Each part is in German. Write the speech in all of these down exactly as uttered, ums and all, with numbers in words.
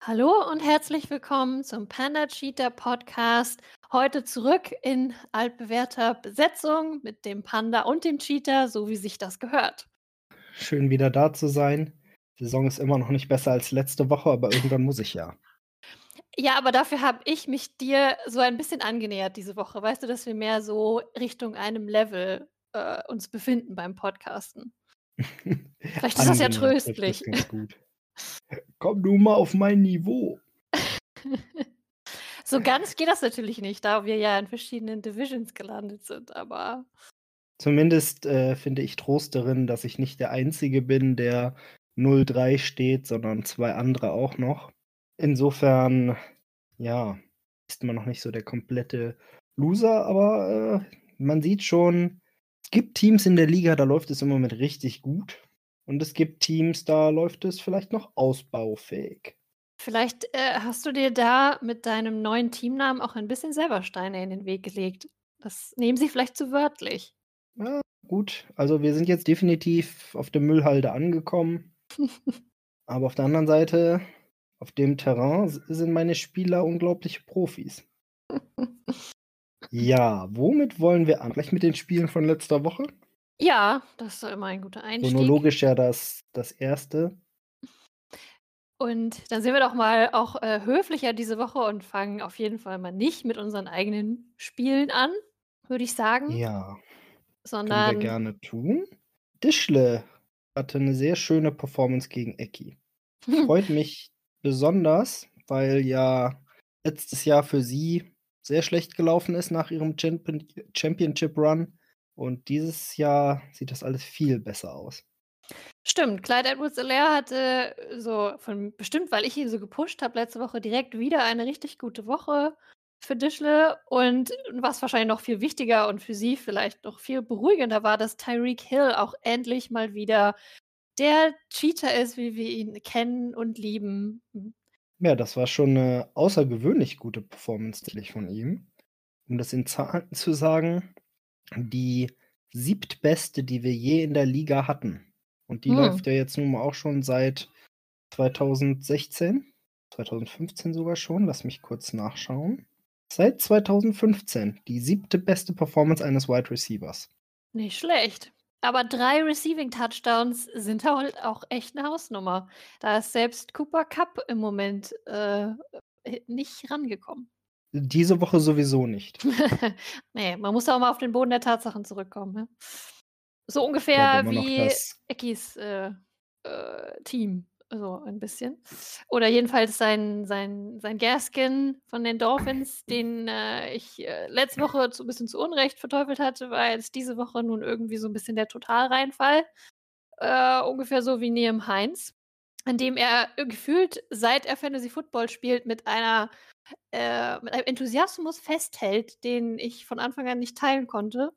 Hallo und herzlich willkommen zum Panda Cheetah Podcast. Heute zurück in altbewährter Besetzung mit dem Panda und dem Cheetah, so wie sich das gehört. Schön wieder da zu sein. Die Saison ist immer noch nicht besser als letzte Woche, aber irgendwann muss ich ja. Ja, aber dafür habe ich mich dir so ein bisschen angenähert diese Woche. Weißt du, dass wir mehr so Richtung einem Level äh, uns befinden beim Podcasten. Vielleicht ist das ja Angenähert trifft es tröstlich. ganz gut. Komm du mal auf mein Niveau. So ganz geht das natürlich nicht, da wir ja in verschiedenen Divisions gelandet sind, aber Zumindest, äh, finde ich Trost darin, dass ich nicht der Einzige bin, der null drei steht, sondern zwei andere auch noch. Insofern, ja, ist man noch nicht so der komplette Loser, aber, äh, man sieht schon, es gibt Teams in der Liga, da läuft es im Moment richtig gut. Und es gibt Teams, da läuft es vielleicht noch ausbaufähig. vielleicht, äh, hast du dir da mit deinem neuen Teamnamen auch ein bisschen selber Steine in den Weg gelegt. Das nehmen sie vielleicht zu wörtlich. Ja, gut, also wir sind jetzt definitiv auf der Müllhalde angekommen, aber auf der anderen Seite, auf dem Terrain s sind meine Spieler unglaubliche Profis. Ja, womit wollen wir an? Vielleicht mit den Spielen von letzter Woche? Ja, das ist doch immer ein guter Einstieg. Chronologisch ja das das erste. Und dann sind wir doch mal auch, äh, höflicher diese Woche und fangen auf jeden Fall mal nicht mit unseren eigenen Spielen an, würde ich sagen, Ja, können wir sondern gerne tun. Dischle hatte 'ne sehr schöne Performance gegen Ecki. Freut mich besonders, weil ja letztes Jahr für sie sehr schlecht gelaufen ist nach ihrem Champion Championship Run und dieses Jahr sieht das alles viel besser aus. Stimmt, Clyde Edwards-Helaire hatte äh, so von bestimmt, weil ich ihn so gepusht habe letzte Woche, direkt wieder eine richtig gute Woche für Dischle. Und was wahrscheinlich noch viel wichtiger und für sie vielleicht noch viel beruhigender war, dass Tyreek Hill auch endlich mal wieder der Cheater ist, wie wir ihn kennen und lieben. Hm. Ja, das war schon 'ne außergewöhnlich gute Performance tatsächlich von ihm. Um das in Zahlen zu sagen, die siebt-beste, die wir je in der Liga hatten. Und die Hm. läuft ja jetzt nun mal auch schon seit zweitausendsechzehn, zweitausendfünfzehn sogar schon. Lass mich kurz nachschauen. Seit zweitausendfünfzehn die siebte beste Performance eines Wide Receivers. Nicht schlecht. Aber drei Receiving Touchdowns sind halt auch echt 'ne Hausnummer. Da ist selbst Cooper Kupp im Moment, äh, äh, nicht rangekommen. Diese Woche sowieso nicht. Ne, man muss auch mal auf den Boden der Tatsachen zurückkommen, ne? So Ich glaube ungefähr immer noch, wie dass Eckis, äh, äh, Team, so ein bisschen. Oder jedenfalls sein sein sein Gaskin von den Dolphins, den, äh, ich, äh, letzte Woche zu bisschen zu Unrecht verteufelt hatte, war jetzt diese Woche nun irgendwie so 'n bisschen der Totalreinfall. Äh, ungefähr so wie Nyheim Hines, an dem er, äh, gefühlt, seit er Fantasy Football spielt, mit einer äh, mit einem Enthusiasmus festhält, den ich von Anfang an nicht teilen konnte.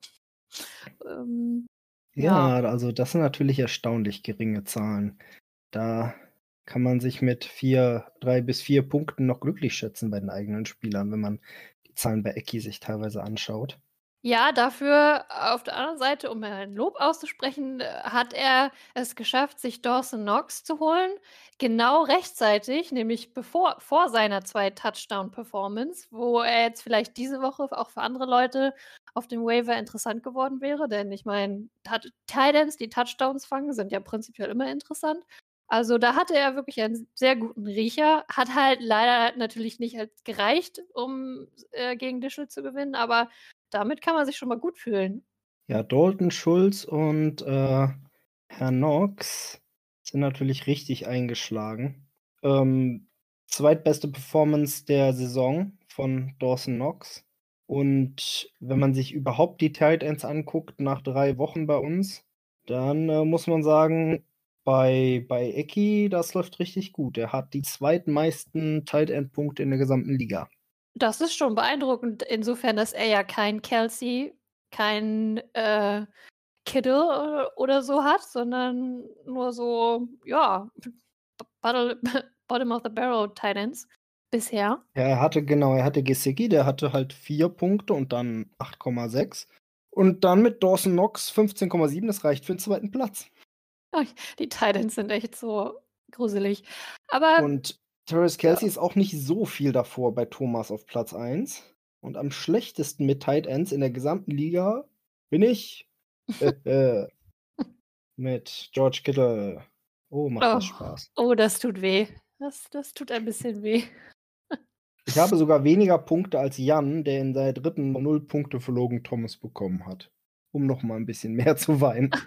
Ähm, ja. Ja, also das sind natürlich erstaunlich geringe Zahlen. Da kann man sich mit vier drei bis vier Punkten noch glücklich schätzen bei den eigenen Spielern, wenn man die Zahlen bei Ecki sich teilweise anschaut. Ja, dafür auf der anderen Seite, um mal ein Lob auszusprechen, äh, hat er es geschafft, sich Dawson Knox zu holen, genau rechtzeitig, nämlich bevor vor seiner zwei Touchdown-Performance, wo er jetzt vielleicht diese Woche auch für andere Leute auf dem Waiver interessant geworden wäre. Denn ich meine, Tat Tight Ends, die Touchdowns fangen, sind ja prinzipiell immer interessant. Also, da hatte er wirklich einen sehr guten Riecher. Hat halt leider natürlich nicht halt gereicht, um äh, gegen Dischle zu gewinnen, aber damit kann man sich schon mal gut fühlen. Ja, Dalton Schulz und, äh, Herr Knox sind natürlich richtig eingeschlagen. Ähm, zweitbeste Performance der Saison von Dawson Knox. Und wenn man sich überhaupt die Tight Ends anguckt nach drei Wochen bei uns, dann, äh, muss man sagen, bei bei Ecki, das läuft richtig gut. Er hat die zweitmeisten Tight End Punkte in der gesamten Liga. Das ist schon beeindruckend insofern, dass er ja kein Kelce, kein, äh, Kittle o oder so hat, sondern nur so, ja, B Bottle Bottom of the Barrel Tight Ends bisher. Ja, er hatte genau, er hatte Gesicki, der hatte halt vier Punkte und dann acht Komma sechs. Und dann mit Dawson Knox fünfzehn Komma sieben, das reicht für 'n zweiten Platz. Ui, die Tight Ends sind echt so gruselig. Aber Und Travis Ja. Kelce ist auch nicht so viel davor bei Thomas auf Platz eins. Und am schlechtesten mit Tight Ends in der gesamten Liga bin ich mit George Kittle. Oh, macht das Oh, Spaß. oh, das tut weh. Das das tut ein bisschen weh. Ich habe sogar weniger Punkte als Jan, der in seiner dritten null Punkte für Logan Thomas bekommen hat, um noch mal 'n bisschen mehr zu weinen.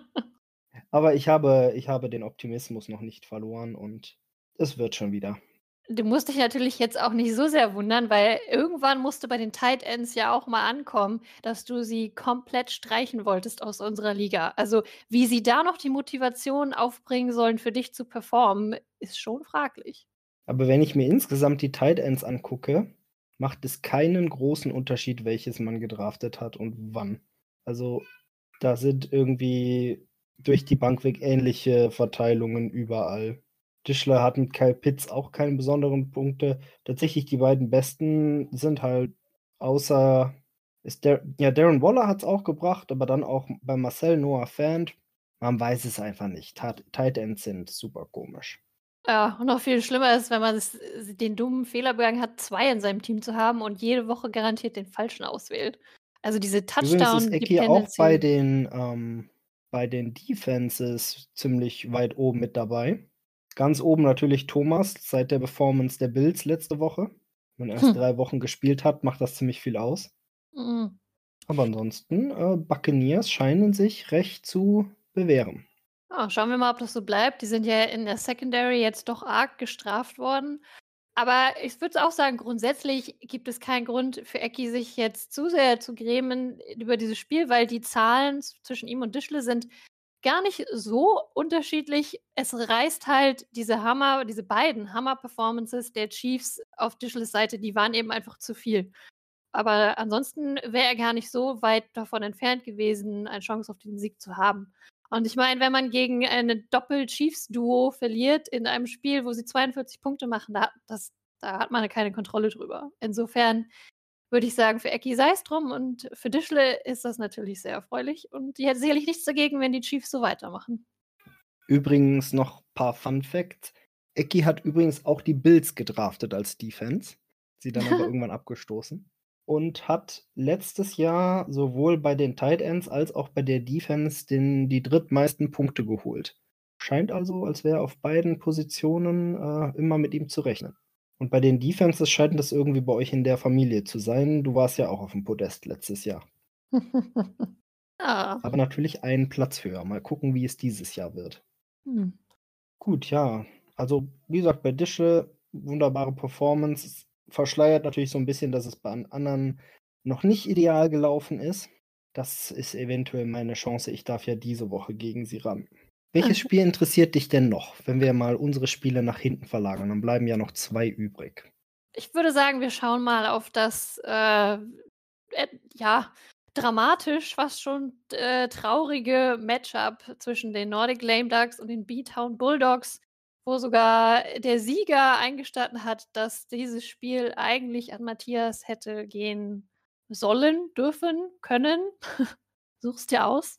Aber ich habe ich habe den Optimismus noch nicht verloren und es wird schon wieder. Du musst dich natürlich jetzt auch nicht so sehr wundern, weil irgendwann musste bei den Tight Ends ja auch mal ankommen, dass du sie komplett streichen wolltest aus unserer Liga. Also, wie sie da noch die Motivation aufbringen sollen, für dich zu performen, ist schon fraglich. Aber wenn ich mir insgesamt die Tight Ends angucke, macht es keinen großen Unterschied, welches man gedraftet hat und wann. Also, da sind irgendwie durch die Bank weg ähnliche Verteilungen überall. Tischler hat mit Kyle Pitts auch keine besonderen Punkte. Tatsächlich die beiden besten sind halt außer ist der ja, Darren Waller hat's auch gebracht, aber dann auch bei Marcel Noah Fant. Man weiß es einfach nicht. Tat Tight Ends sind super komisch. Ja, und noch viel schlimmer ist, wenn man es äh, den dummen Fehler begangen hat, zwei in seinem Team zu haben und jede Woche garantiert den Falschen auswählt. Also, diese Übrigens ist Touchdown Ecki auch bei Dependency. den, ähm bei den Defenses ziemlich weit oben mit dabei. Ganz oben natürlich Thomas seit der Performance der Bills letzte Woche. Wenn er erst drei Wochen gespielt hat, macht das ziemlich viel aus. Mhm. Aber ansonsten, äh, Buccaneers scheinen sich recht zu bewähren. Ja, schauen wir mal, ob das so bleibt. Die sind ja in der Secondary jetzt doch arg gestraft worden. Aber ich würde auch sagen, grundsätzlich gibt es keinen Grund für Ecki, sich jetzt zu sehr zu grämen über dieses Spiel, weil die Zahlen z zwischen ihm und Dischle sind gar nicht so unterschiedlich. Es reißt halt diese Hammer diese beiden Hammer-Performances der Chiefs auf Dischles Seite, die waren eben einfach zu viel. Aber ansonsten wäre er gar nicht so weit davon entfernt gewesen, eine Chance auf den Sieg zu haben. Und ich meine, wenn man gegen eine Doppel-Chiefs-Duo verliert in einem Spiel, wo sie zweiundvierzig Punkte machen, da das da hat man ja keine Kontrolle drüber. Insofern würde ich sagen, für Ecki sei's drum und für Dischle ist das natürlich sehr erfreulich und die hätte sicherlich nichts dagegen, wenn die Chiefs so weitermachen. Übrigens noch paar Fun Facts. Ecki hat übrigens auch die Bills gedraftet als Defense, sie dann aber irgendwann abgestoßen und hat letztes Jahr sowohl bei den Tight Ends als auch bei der Defense den die drittmeisten Punkte geholt. Scheint also, als wäre auf beiden Positionen, äh, immer mit ihm zu rechnen. Und bei den Defenses scheint das irgendwie bei euch in der Familie zu sein. Du warst ja auch auf'm Podest letztes Jahr. Ah. Aber natürlich einen Platz höher. Mal gucken, wie es dieses Jahr wird. Mhm. Gut, ja. Also, wie gesagt, bei Dischle wunderbare Performance. Es verschleiert natürlich so 'n bisschen, dass es bei an anderen noch nicht ideal gelaufen ist. Das ist eventuell meine Chance. Ich darf ja diese Woche gegen sie ran. Welches Spiel interessiert dich denn noch, wenn wir mal unsere Spiele nach hinten verlagern? Dann bleiben ja noch zwei übrig. Ich würde sagen, wir schauen mal auf das, äh, äh, ja, dramatisch fast schon, äh, traurige Match-up zwischen den Nordic Lame Ducks und den B-Town Bulldogs, wo sogar der Sieger eingestanden hat, dass dieses Spiel eigentlich an Matthias hätte gehen sollen, dürfen, können. Such's dir aus.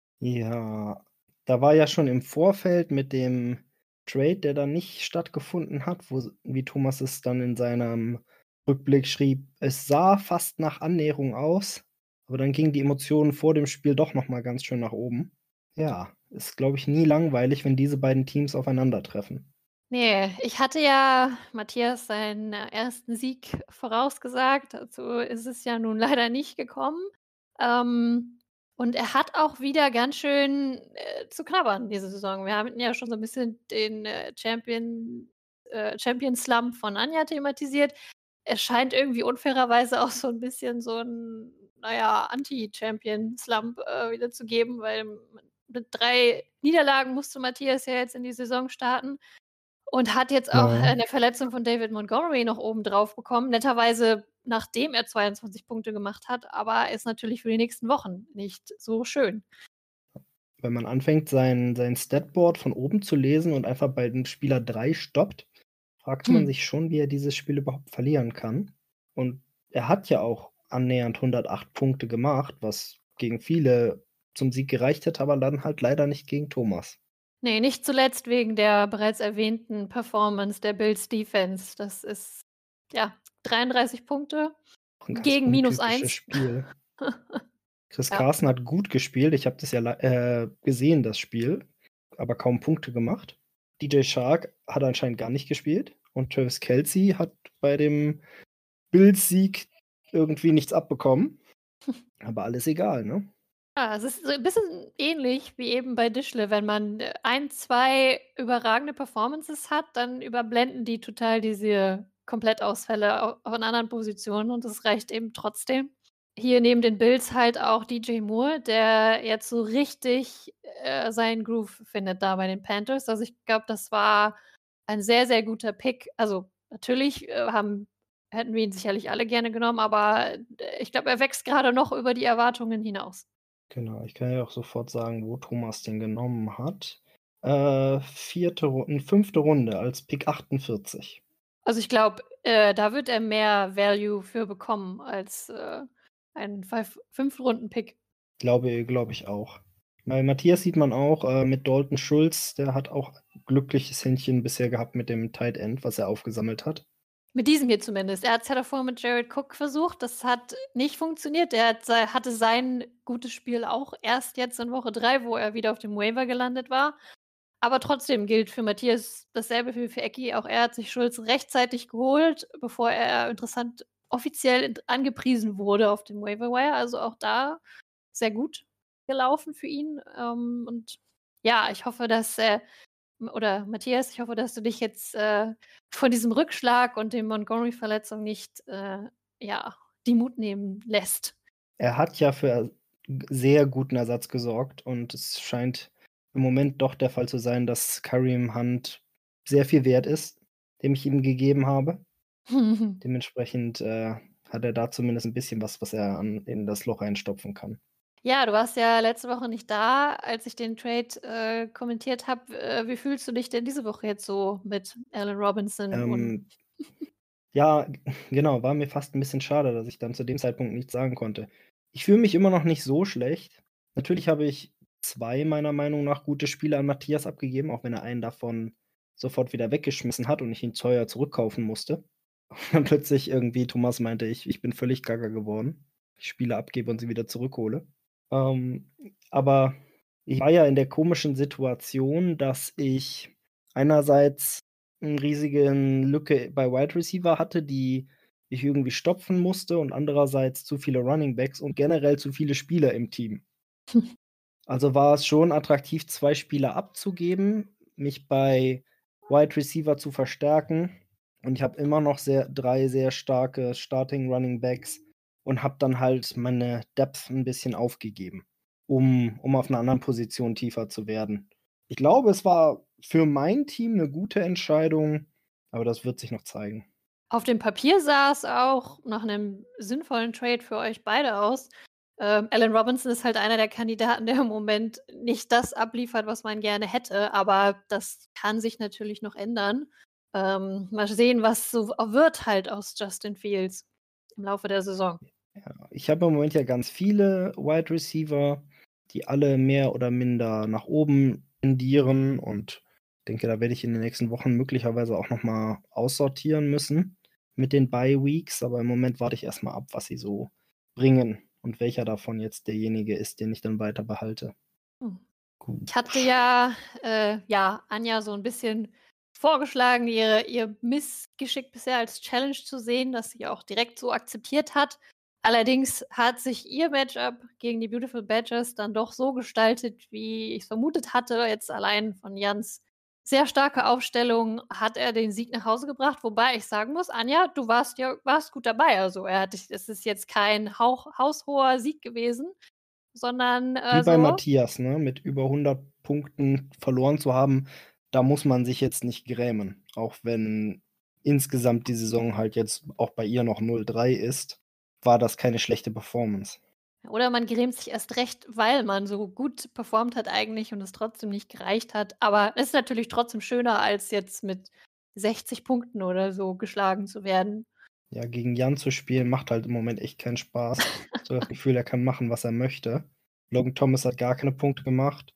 Ja, da war ja schon im Vorfeld mit dem Trade, der dann nicht stattgefunden hat, wo s wie Thomas es dann in seinem Rückblick schrieb: „Es sah fast nach Annäherung aus, aber dann gingen die Emotionen vor dem Spiel doch noch mal ganz schön nach oben." Ja, ist, glaube ich, nie langweilig, wenn diese beiden Teams aufeinandertreffen. Ne, ich hatte ja Matthias seinen ersten Sieg vorausgesagt. Dazu ist es ja nun leider nicht gekommen. Ähm, und er hat auch wieder ganz schön, äh, zu knabbern diese Saison. Wir hatten ja schon so 'n bisschen den, äh, Champion äh, Champion Slump von Anja thematisiert. Es scheint irgendwie unfairerweise auch so 'n bisschen so 'n, na ja, Anti-Champion Slump, äh, wieder zu geben, weil m mit drei Niederlagen musste Matthias ja jetzt in die Saison starten und hat jetzt auch Ja. eine Verletzung von David Montgomery noch obendrauf bekommen. Netterweise, nachdem er zweiundzwanzig Punkte gemacht hat, aber ist natürlich für die nächsten Wochen nicht so schön. Wenn man anfängt, sein sein Statboard von oben zu lesen und einfach bei dem Spieler drei stoppt, fragt man Hm. sich schon, wie er dieses Spiel überhaupt verlieren kann. Und er hat ja auch annähernd hundertacht Punkte gemacht, was gegen viele zum Sieg gereicht hätte, aber dann halt leider nicht gegen Thomas. Ne, nicht zuletzt wegen der bereits erwähnten Performance der Bills Defense. Das ist, ja, dreiunddreißig Punkte Auch 'n ganz gegen minus untypisches eins. Spiel. Chris Ja. Carson hat gut gespielt. Ich habe das ja lei äh, gesehen, das Spiel, aber kaum Punkte gemacht. D J Chark hat anscheinend gar nicht gespielt und Travis Kelce hat bei dem Bills-Sieg irgendwie nichts abbekommen. Aber alles egal, ne? Ja, es ist so 'n bisschen ähnlich wie eben bei Dischle. Wenn man, äh, ein, zwei überragende Performances hat, dann überblenden die total diese Komplettausfälle au von anderen Positionen und das reicht eben trotzdem. Hier neben den Bills halt auch D J Moore, der jetzt so richtig, äh, seinen Groove findet da bei den Panthers. Also, ich glaube, das war ein sehr, sehr guter Pick. Also, natürlich, äh, haben hätten wir ihn sicherlich alle gerne genommen, aber, äh, ich glaube, er wächst grade noch über die Erwartungen hinaus. Genau, ich kann ja auch sofort sagen, wo Thomas den genommen hat. Äh, vierte Ru fünfte Runde als Pick achtundvierzig. Also, ich glaube, äh, da wird er mehr Value für bekommen als, äh, ein Pfeif Fünftrunden-Pick. Glaube glaube ich auch. Bei Matthias sieht man auch, äh, mit Dalton Schultz, der hat auch glückliches Händchen bisher gehabt mit dem Tight End, was er aufgesammelt hat. Mit diesem hier zumindest. Er hat's ja davor mit Jared Cook versucht. Das hat nicht funktioniert. Der hat sei hatte sein gutes Spiel auch erst jetzt in Woche drei, wo er wieder auf dem Waiver gelandet war. Aber trotzdem gilt für Matthias dasselbe wie für Ecki. Auch er hat sich Schultz rechtzeitig geholt, bevor er interessant offiziell int angepriesen wurde auf dem Waiver Wire. Also, auch da sehr gut gelaufen für ihn. Ähm, und ja, ich hoffe, dass er m oder Matthias, ich hoffe, dass du dich jetzt, äh, von diesem Rückschlag und den Montgomery-Verletzung nicht, äh, ja, die Mut nehmen lässt. Er hat ja für g sehr guten Ersatz gesorgt und es scheint im Moment doch der Fall zu sein, dass Kareem Hunt sehr viel wert ist, dem ich ihm gegeben habe. Dementsprechend, äh, hat er da zumindest 'n bisschen was, was er an in das Loch reinstopfen kann. Ja, du warst ja letzte Woche nicht da, als ich den Trade, äh, kommentiert habe. Äh, wie fühlst du dich denn diese Woche jetzt so mit Allen Robinson und Ähm ja, g genau, war mir fast 'n bisschen schade, dass ich dann zu dem Zeitpunkt nichts sagen konnte. Ich fühle mich immer noch nicht so schlecht. Natürlich habe ich zwei meiner Meinung nach gute Spiele an Matthias abgegeben, auch wenn er einen davon sofort wieder weggeschmissen hat und ich ihn teuer zurückkaufen musste. Und plötzlich irgendwie Thomas meinte, ich ich bin völlig gaga geworden. Ich Spiele abgebe und sie wieder zurückhole. Ähm, aber ich war ja in der komischen Situation, dass ich einerseits 'n riesigen Lücke bei Wide Receiver hatte, die ich irgendwie stopfen musste und andererseits zu viele Running Backs und generell zu viele Spieler im Team. Also, war es schon attraktiv, zwei Spieler abzugeben, mich bei Wide Receiver zu verstärken und ich habe immer noch sehr drei sehr starke Starting Running Backs und habe dann halt meine Depth 'n bisschen aufgegeben, um um auf 'ner anderen Position tiefer zu werden. Ich glaube, es war für mein Team 'ne gute Entscheidung, aber das wird sich noch zeigen. Auf dem Papier sah es auch nach 'nem sinnvollen Trade für euch beide aus. Ähm, Allen Robinson ist halt einer der Kandidaten, der im Moment nicht das abliefert, was man gerne hätte, aber das kann sich natürlich noch ändern. Ähm, mal sehen, was so w wird halt aus Justin Fields im Laufe der Saison. Ja, ich habe im Moment ja ganz viele Wide Receiver, die alle mehr oder minder nach oben tendieren und denke, da werde ich in den nächsten Wochen möglicherweise auch noch mal aussortieren müssen mit den Bye Weeks, aber im Moment warte ich erst mal ab, was sie so bringen und welcher davon jetzt derjenige ist, den ich dann weiter behalte. Hm. Gut. Ich hatte ja, äh, ja, Anja so 'n bisschen vorgeschlagen, ihr ihr Missgeschick bisher als Challenge zu sehen, das sie auch direkt so akzeptiert hat. Allerdings hat sich ihr Matchup gegen die Beautiful Badgers dann doch so gestaltet, wie ich's vermutet hatte. Jetzt allein von Jans sehr starker Aufstellung hat er den Sieg nach Hause gebracht, wobei ich sagen muss, Anja, du warst ja warst gut dabei. Also, er hat dich es ist jetzt kein hauch haushoher Sieg gewesen, sondern, Wie äh, bei so Matthias, ne, mit über hundert Punkten verloren zu haben, da muss man sich jetzt nicht grämen, auch wenn insgesamt die Saison halt jetzt auch bei ihr noch null drei ist, war das keine schlechte Performance. Oder man grämt sich erst recht, weil man so gut performt hat eigentlich und es trotzdem nicht gereicht hat. Aber es ist natürlich trotzdem schöner, als jetzt mit sechzig Punkten oder so geschlagen zu werden. Ja, gegen Jan zu spielen, macht halt im Moment echt keinen Spaß. So das Gefühl, er kann machen, was er möchte. Logan Thomas hat gar keine Punkte gemacht.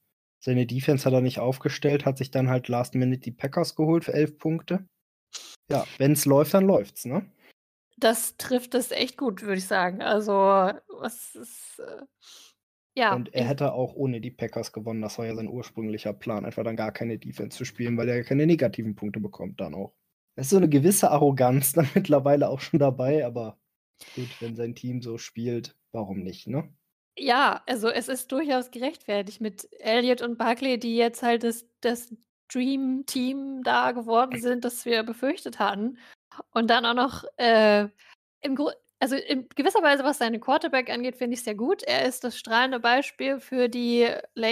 Seine Defense hat er nicht aufgestellt, hat sich dann halt last minute die Packers geholt für elf Punkte. Ja, wenn's läuft, dann läuft's, ne? Das trifft es echt gut, würde ich sagen. Also, was ist, äh ja, Und er ich hätte auch ohne die Packers gewonnen. Das war ja sein ursprünglicher Plan, einfach dann gar keine Defense zu spielen, weil er keine negativen Punkte bekommt dann auch. Da ist so 'ne gewisse Arroganz dann mittlerweile auch schon dabei, aber gut, wenn sein Team so spielt, warum nicht, ne? Ja, also, es ist durchaus gerechtfertigt mit Elliott und Barkley, die jetzt halt das das Dream-Team da geworden sind, das wir befürchtet hatten. Und dann auch noch, äh, im Gru also, in gewisser Weise, was seinen Quarterback angeht, finde ich sehr gut. Er ist das strahlende Beispiel für die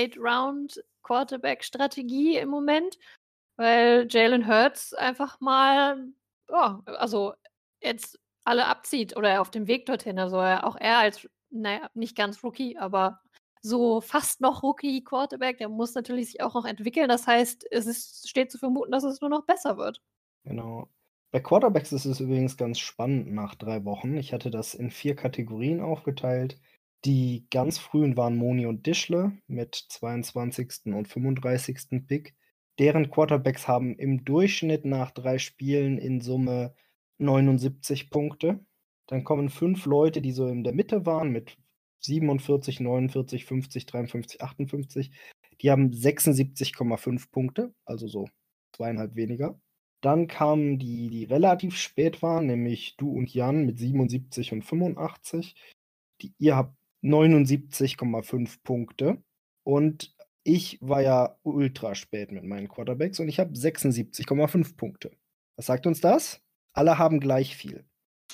Late-Round-Quarterback-Strategie im Moment, weil Jalen Hurts einfach mal, ja, also, jetzt alle abzieht oder auf dem Weg dorthin. Also, er auch er als, na ja, nicht ganz Rookie, aber so fast noch Rookie-Quarterback, der muss natürlich sich auch noch entwickeln. Das heißt, es ist steht zu vermuten, dass es nur noch besser wird. Genau. Bei Quarterbacks ist es übrigens ganz spannend nach drei Wochen. Ich hatte das in vier Kategorien aufgeteilt. Die ganz frühen waren Moni und Dischle mit zweiundzwanzigsten und fünfunddreißigsten Pick. Deren Quarterbacks haben im Durchschnitt nach drei Spielen in Summe neunundsiebzig Punkte. Dann kommen fünf Leute, die so in der Mitte waren mit siebenundvierzig, neunundvierzig, fünfzig, dreiundfünfzig, achtundfünfzig. Die haben sechsundsiebzig Komma fünf Punkte, also so zweieinhalb weniger. Dann kamen die, die relativ spät waren, nämlich du und Jan mit siebenundsiebzig und fünfundachtzig. Die, ihr habt neunundsiebzig Komma fünf Punkte. Und ich war ja ultra spät mit meinen Quarterbacks und ich habe sechsundsiebzig Komma fünf Punkte. Was sagt uns das? Alle haben gleich viel.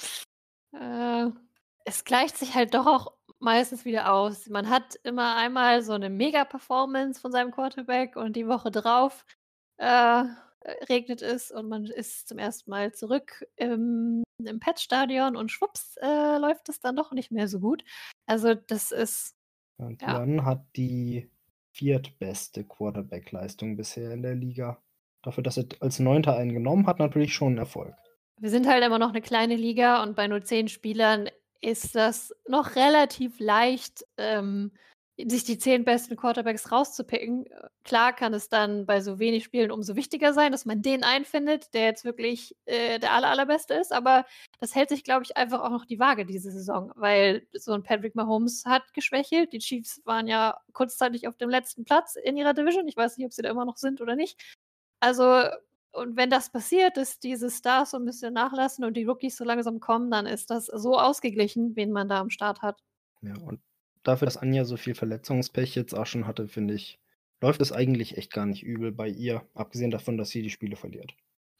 Äh, es gleicht sich halt doch auch meistens wieder aus. Man hat immer einmal so 'ne Mega-Performance von seinem Quarterback und die Woche drauf, äh, regnet es und man ist zum ersten Mal zurück im im Pet-Stadion und schwupps, äh, läuft es dann doch nicht mehr so gut. Also, das ist Und ja. Jan hat die viertbeste Quarterback-Leistung bisher in der Liga. Dafür, dass er als Neunter einen genommen hat, natürlich schon 'n Erfolg. Wir sind halt immer noch 'ne kleine Liga und bei nur zehn Spielern ist das noch relativ leicht, ähm, sich die zehn besten Quarterbacks rauszupicken. Äh, klar kann es dann bei so wenig Spielen umso wichtiger sein, dass man den einen findet, der jetzt wirklich, äh, der aller allerbeste ist, aber das hält sich, glaube ich, einfach auch noch die Waage diese Saison, weil so 'n Patrick Mahomes hat geschwächelt. Die Chiefs waren ja kurzzeitig auf dem letzten Platz in ihrer Division. Ich weiß nicht, ob sie da immer noch sind oder nicht. Also, und wenn das passiert, dass diese Stars so 'n bisschen nachlassen und die Rookies so langsam kommen, dann ist das so ausgeglichen, wen man da am Start hat. Ja, und dafür, dass Anja so viel Verletzungspech jetzt auch schon hatte, finde ich, läuft es eigentlich echt gar nicht übel bei ihr, abgesehen davon, dass sie die Spiele verliert.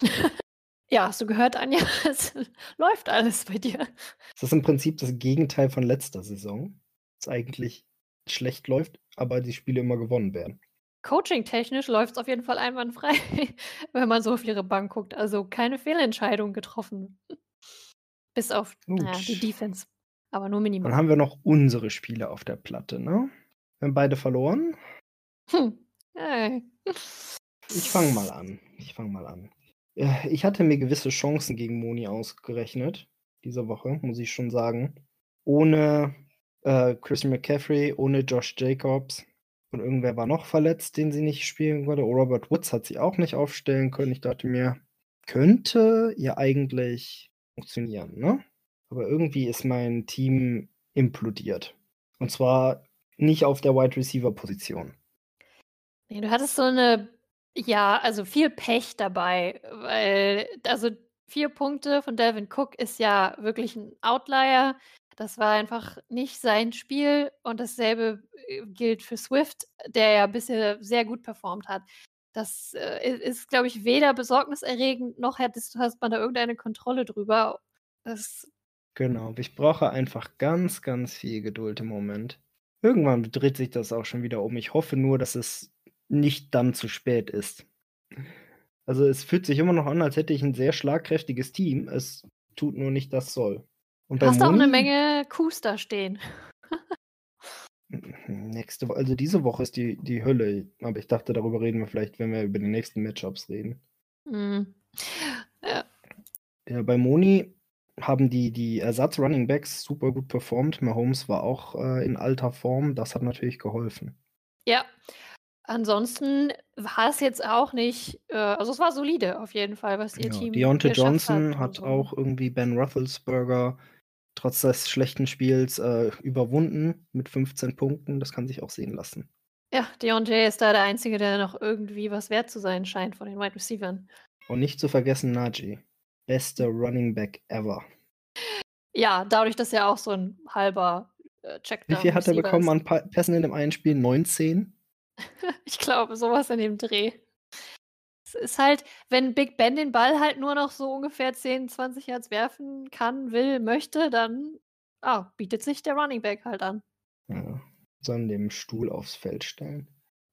Ja, hast du gehört, Anja? Es läuft alles bei dir. Es ist im Prinzip das Gegenteil von letzter Saison, was eigentlich schlecht läuft, aber die Spiele immer gewonnen werden. Coaching-technisch läuft's auf jeden Fall einwandfrei, wenn man so auf ihre Bank guckt. Also, keine Fehlentscheidung getroffen. Bis auf, na ja, die Gut. Defense, aber nur Dann minimal. haben wir noch unsere Spiele auf der Platte, ne? Wir haben beide verloren. Hm, ey. Ich fange mal an. Ich fange mal an. Äh, ich hatte mir gewisse Chancen gegen Moni ausgerechnet diese Woche, muss ich schon sagen. Ohne, äh, Christian McCaffrey, ohne Josh Jacobs und irgendwer war noch verletzt, den sie nicht spielen konnte. Oh, Robert Woods hat sie auch nicht aufstellen können. Ich dachte mir, könnte ja eigentlich funktionieren, ne? Aber irgendwie ist mein Team implodiert. Und zwar nicht auf der Wide-Receiver-Position. Ne, du hattest so 'ne ja, also, viel Pech dabei, weil also, vier Punkte von Dalvin Cook ist ja wirklich 'n Outlier. Das war einfach nicht sein Spiel und dasselbe, äh, gilt für Swift, der ja bisher sehr gut performt hat. Das, äh, i ist, glaube ich, weder besorgniserregend, noch hättest hast man da irgendeine Kontrolle drüber. Das Genau, ich brauche einfach ganz, ganz viel Geduld im Moment. Irgendwann dreht sich das auch schon wieder um. Ich hoffe nur, dass es nicht dann zu spät ist. Also, es fühlt sich immer noch an, als hätte ich 'n sehr schlagkräftiges Team. Es tut nur nicht das soll. Und Du bei hast auch 'ne Moni Menge Coups da stehen. nächste Wo also, diese Woche ist die die Hölle, aber ich dachte, darüber reden wir vielleicht, wenn wir über die nächsten Matchups reden. Mhm. Ja. Ja, bei Moni haben die die Ersatz-Runningbacks super gut performt. Mahomes war auch, äh, in alter Form. Das hat natürlich geholfen. Ja. Ansonsten war es jetzt auch nicht äh, also, es war solide auf jeden Fall, was ihr Ja, Team Deontay geschafft hat. Johnson hat Also auch irgendwie Ben Roethlisberger trotz des schlechten Spiels, äh, überwunden mit fünfzehn Punkten. Das kann sich auch sehen lassen. ja, Deontay ist da der Einzige, der noch irgendwie was wert zu sein scheint von den Wide Receivern. Und nicht zu vergessen Najee, bester Running Back ever. Ja, dadurch, dass er auch so 'n halber, äh, Wie viel hat er Checkdown-Receiver bekommen ist. an Pa Pässen in dem einen Spiel? neunzehn? Ich glaube, so was in dem Dreh. Es ist halt, wenn Big Ben den Ball halt nur noch so ungefähr zehn, zwanzig Yards werfen kann, will, möchte, dann, ah, bietet sich der Running Back halt an. Ja, sollen den Stuhl aufs Feld stellen.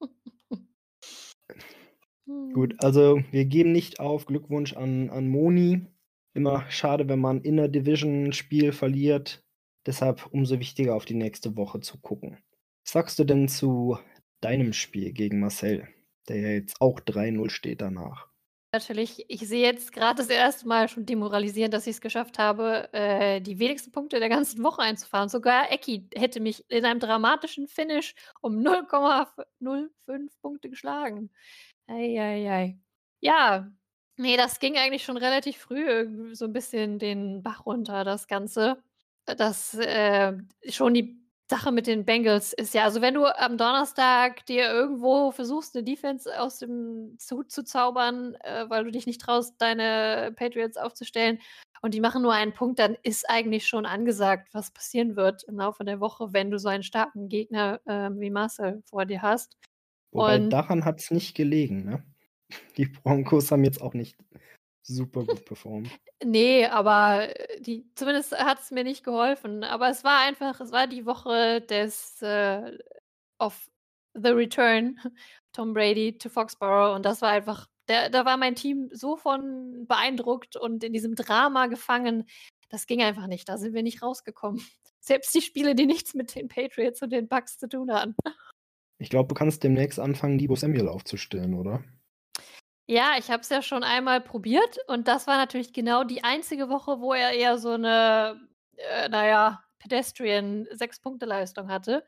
Gut, Hm. also wir geben nicht auf. Glückwunsch an an Moni. Immer schade, wenn man in der Division 'n Spiel verliert. Deshalb umso wichtiger, auf die nächste Woche zu gucken. Was sagst du denn zu deinem Spiel gegen Marcel, der ja jetzt auch drei null steht danach? Natürlich, ich sehe jetzt grad das erste Mal schon demoralisierend, dass ich's geschafft habe, äh, die wenigsten Punkte der ganzen Woche einzufahren. Sogar Ecki hätte mich in einem dramatischen Finish um null Komma f null fünf Punkte geschlagen. Ei, ei, ei. Ja, ne, das ging eigentlich schon relativ früh irgendwie so 'n bisschen den Bach runter, das Ganze. Äh, das, äh schon die Sache mit den Bengals ist ja also, wenn du am Donnerstag dir irgendwo versuchst, 'ne Defense aus dem Hut zu zaubern, äh, weil du dich nicht traust, deine Patriots aufzustellen und die machen nur einen Punkt, dann ist eigentlich schon angesagt, was passieren wird im Laufe der Woche, wenn du so einen starken Gegner, ähm, wie Marcel vor dir hast. Wobei Und daran hat's nicht gelegen, ne? Die Broncos haben jetzt auch nicht super gut performt. Ne, aber, äh, die zumindest hat's mir nicht geholfen. Aber es war einfach es war die Woche des, äh of the return Tom Brady to Foxborough und das war einfach da da war mein Team so von beeindruckt und in diesem Drama gefangen. Das ging einfach nicht. Da sind wir nicht rausgekommen. Selbst die Spiele, die nichts mit den Patriots und den Bucks zu tun hatten. Ich glaube, du kannst demnächst anfangen, Deebo Samuel aufzustellen, oder? Ja, ich habe es ja schon einmal probiert und das war natürlich genau die einzige Woche, wo er eher so 'ne, äh, na ja, Pedestrian-Sechs-Punkte-Leistung hatte.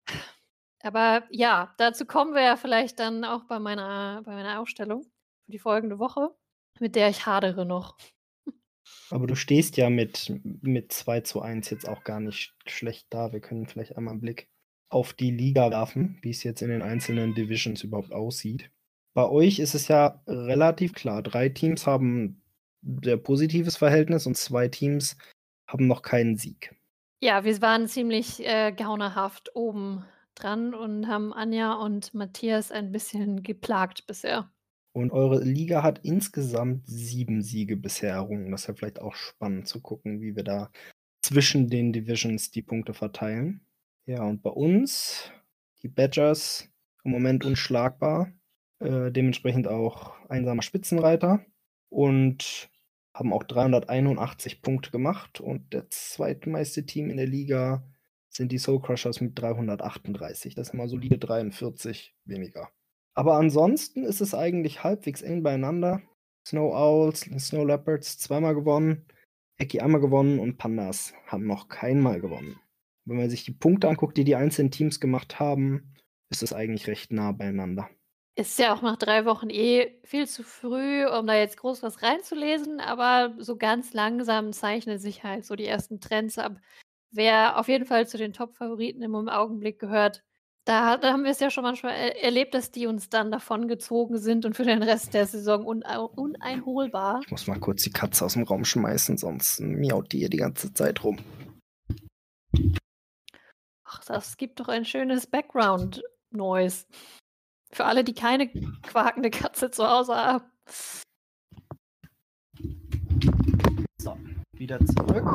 Aber ja, dazu kommen wir ja vielleicht dann auch bei meiner bei meiner Aufstellung für die folgende Woche, mit der ich hadere noch. Aber du stehst ja mit mit zwei zu eins jetzt auch gar nicht schlecht da. Wir können vielleicht einmal 'n Blick auf die Liga werfen, wie's jetzt in den einzelnen Divisions überhaupt aussieht. Bei euch ist es ja relativ klar. drei Teams haben sehr positives Verhältnis und zwei Teams haben noch keinen Sieg. Ja, wir waren ziemlich, äh, gaunerhaft oben dran und haben Anja und Matthias ein bisschen geplagt bisher. Und eure Liga hat insgesamt sieben Siege bisher errungen. Das wäre vielleicht auch spannend zu gucken, wie wir da zwischen den Divisions die Punkte verteilen. Ja, und bei uns, die Badgers im Moment unschlagbar, äh, dementsprechend auch einsamer Spitzenreiter und haben auch dreihunderteinundachtzig Punkte gemacht und der zweitmeiste Team in der Liga sind die Soul Crushers mit dreihundertachtunddreißig. Das sind mal solide dreiundvierzig weniger. Aber ansonsten ist es eigentlich halbwegs eng beieinander. Snow Owls, Snow Leopards zweimal gewonnen, Ecki einmal gewonnen und Pandas haben noch kein Mal gewonnen. Wenn man sich die Punkte anguckt, die die einzelnen Teams gemacht haben, ist es eigentlich recht nah beieinander. Ist ja auch nach drei Wochen eh viel zu früh, um da jetzt groß was reinzulesen, aber so ganz langsam zeichnen sich halt so die ersten Trends ab. Wer auf jeden Fall zu den Top-Favoriten im im Augenblick gehört, da da haben wir's ja schon manchmal er erlebt, dass die uns dann davongezogen sind und für den Rest der Saison unau uneinholbar. Ich muss mal kurz die Katze aus'm Raum schmeißen, sonst miaut die hier die ganze Zeit rum. Ach, das gibt doch ein schönes Background Noise. Für alle, die keine quakende Katze zu Hause haben. So, wieder zurück.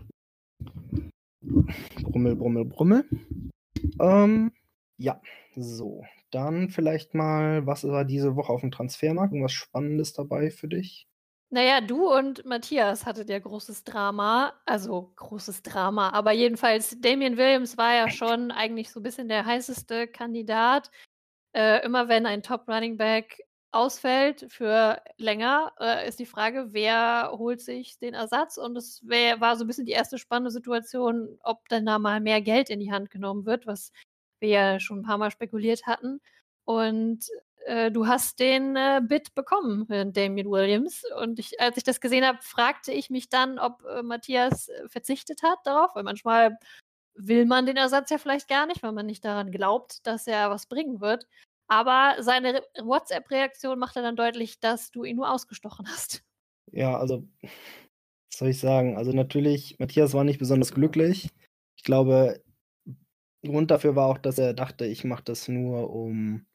Brummel, Brummel, Brummel. Ähm, ja, so. Dann vielleicht mal, was war diese Woche aufm Transfermarkt? Irgendwas Spannendes dabei für dich? Na ja, du und Matthias hattet ja großes Drama. Also, großes Drama, aber jedenfalls Damien Williams war ja schon eigentlich so bisschen der heißeste Kandidat. Äh, immer wenn ein Top Running Back ausfällt für länger, äh, ist die Frage, wer holt sich den Ersatz? Und es wär war so 'n bisschen die erste spannende Situation, ob denn da mal mehr Geld in die Hand genommen wird, was wir ja schon 'n paar Mal spekuliert hatten. Und, äh, du hast den, äh, Bid bekommen, äh, Damien Williams. Und ich als ich das gesehen habe, fragte ich mich dann, ob, äh, Matthias, äh, verzichtet hat darauf, weil manchmal will man den Ersatz ja vielleicht gar nicht, weil man nicht daran glaubt, dass er was bringen wird. Aber seine Re WhatsApp-Reaktion machte dann deutlich, dass du ihn nur ausgestochen hast. Ja, also, was soll ich sagen? Also, natürlich, Matthias war nicht besonders glücklich. Ich glaube, Grund dafür war auch, dass er dachte, ich mache das nur, um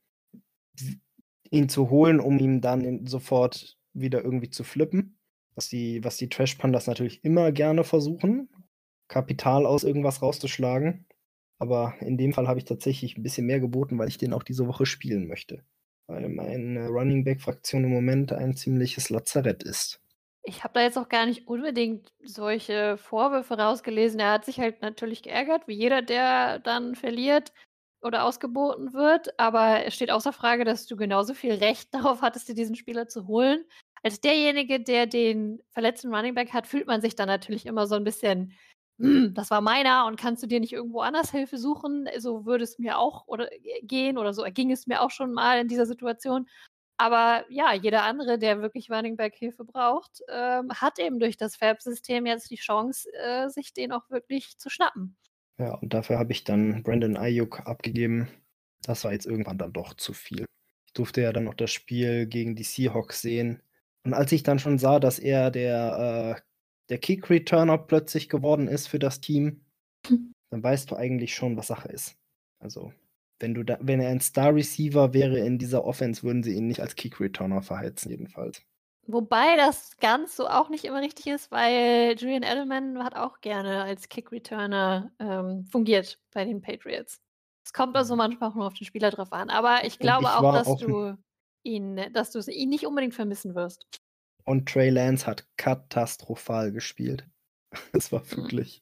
ihn zu holen, um ihn dann in sofort wieder irgendwie zu flippen, was die was die Trash Pandas natürlich immer gerne versuchen, Kapital aus irgendwas rauszuschlagen. Aber in dem Fall habe ich tatsächlich 'n bisschen mehr geboten, weil ich den auch diese Woche spielen möchte, weil meine Running-Back-Fraktion im Moment ein ziemliches Lazarett ist. Ich habe da jetzt auch gar nicht unbedingt solche Vorwürfe rausgelesen. Er hat sich halt natürlich geärgert, wie jeder, der dann verliert oder ausgeboten wird. Aber es steht außer Frage, dass du genauso viel Recht darauf hattest, dir diesen Spieler zu holen. Als derjenige, der den verletzten Running Back hat, fühlt man sich dann natürlich immer so 'n bisschen: „Hm, das war meiner und kannst du dir nicht irgendwo anders Hilfe suchen?“ So würde es mir auch oder g gehen oder so erging es mir auch schon mal in dieser Situation. Aber ja, jeder andere, der wirklich Running Back Hilfe braucht, ähm, hat eben durch das Fab-System jetzt die Chance, äh, sich den auch wirklich zu schnappen. Ja, und dafür habe ich dann Brandon Aiyuk abgegeben. Das war jetzt irgendwann dann doch zu viel. Ich durfte ja dann noch das Spiel gegen die Seahawks sehen. Und als ich dann schon sah, dass er der, äh der Kick-Returner plötzlich geworden ist für das Team, dann weißt du eigentlich schon, was Sache ist. Also, wenn du da wenn er ein Star-Receiver wäre in dieser Offense, würden sie ihn nicht als Kick-Returner verheizen jedenfalls. Wobei das ganz so auch nicht immer richtig ist, weil Julian Edelman hat auch gerne als Kick-Returner, ähm, fungiert bei den Patriots. Es kommt also Mhm. manchmal auch nur auf den Spieler drauf an. Aber ich Und glaube ich auch, war dass auch 'n du ihn dass du's ihn nicht unbedingt vermissen wirst. Und Trey Lance hat katastrophal gespielt. Es war Mhm. wirklich